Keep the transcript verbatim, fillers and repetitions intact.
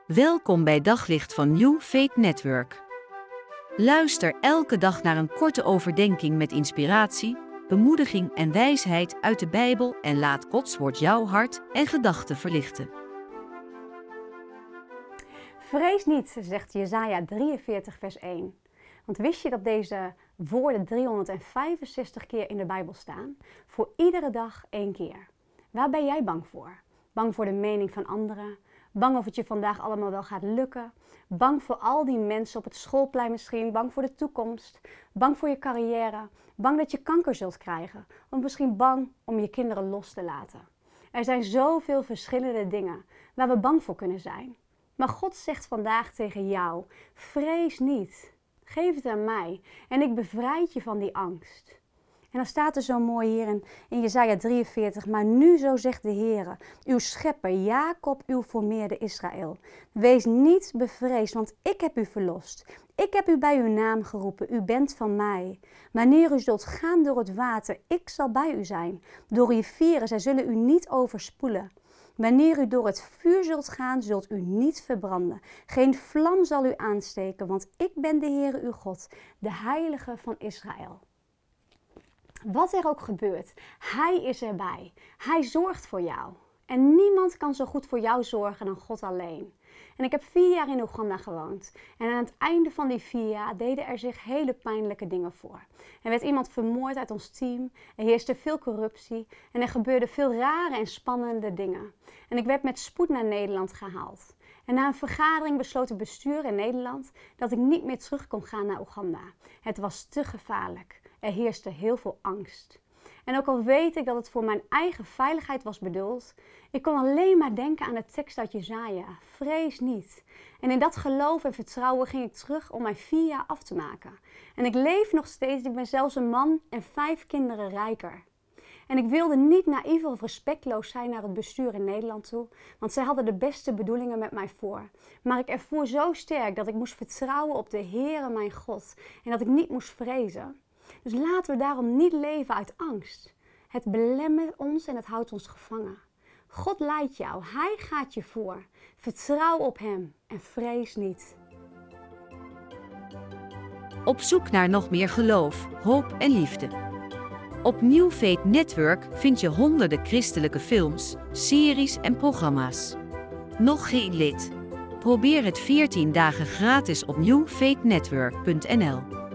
Welkom bij Daglicht van New Faith Network. Luister elke dag naar een korte overdenking met inspiratie, bemoediging en wijsheid uit de Bijbel en laat Gods woord jouw hart en gedachten verlichten. Vrees niet, zegt Jesaja drieënveertig vers één. Want wist je dat deze woorden driehonderdvijfenzestig keer in de Bijbel staan? Voor iedere dag één keer. Waar ben jij bang voor? Bang voor de mening van anderen? Bang of het je vandaag allemaal wel gaat lukken? Bang voor al die mensen op het schoolplein misschien? Bang voor de toekomst? Bang voor je carrière? Bang dat je kanker zult krijgen? Of misschien bang om je kinderen los te laten? Er zijn zoveel verschillende dingen waar we bang voor kunnen zijn. Maar God zegt vandaag tegen jou, vrees niet. Geef het aan mij en ik bevrijd je van die angst. En dan staat er zo mooi hier in, in Jesaja drieënveertig. Maar nu zo zegt de Heere, uw schepper Jacob, uw formeerde Israël. Wees niet bevreesd, want ik heb u verlost. Ik heb u bij uw naam geroepen, u bent van mij. Wanneer u zult gaan door het water, ik zal bij u zijn. Door rivieren, zij zullen u niet overspoelen. Wanneer u door het vuur zult gaan, zult u niet verbranden. Geen vlam zal u aansteken, want ik ben de Heere uw God, de Heilige van Israël. Wat er ook gebeurt, Hij is erbij. Hij zorgt voor jou. En niemand kan zo goed voor jou zorgen dan God alleen. En ik heb vier jaar in Oeganda gewoond. En aan het einde van die vier jaar deden er zich hele pijnlijke dingen voor. Er werd iemand vermoord uit ons team. Er heerste veel corruptie. En er gebeurden veel rare en spannende dingen. En ik werd met spoed naar Nederland gehaald. En na een vergadering besloot het bestuur in Nederland dat ik niet meer terug kon gaan naar Oeganda. Het was te gevaarlijk. Er heerste heel veel angst. En ook al weet ik dat het voor mijn eigen veiligheid was bedoeld, ik kon alleen maar denken aan de tekst uit Jesaja. Vrees niet. En in dat geloof en vertrouwen ging ik terug om mijn vier jaar af te maken. En ik leef nog steeds, ik ben zelfs een man en vijf kinderen rijker. En ik wilde niet naïef of respectloos zijn naar het bestuur in Nederland toe, want zij hadden de beste bedoelingen met mij voor. Maar ik ervoer zo sterk dat ik moest vertrouwen op de Heere mijn God en dat ik niet moest vrezen. Dus laten we daarom niet leven uit angst. Het belemmert ons en het houdt ons gevangen. God leidt jou, Hij gaat je voor. Vertrouw op Hem en vrees niet. Op zoek naar nog meer geloof, hoop en liefde. Op New Faith Network vind je honderden christelijke films, series en programma's. Nog geen lid? Probeer het veertien dagen gratis op new faith network punt n l.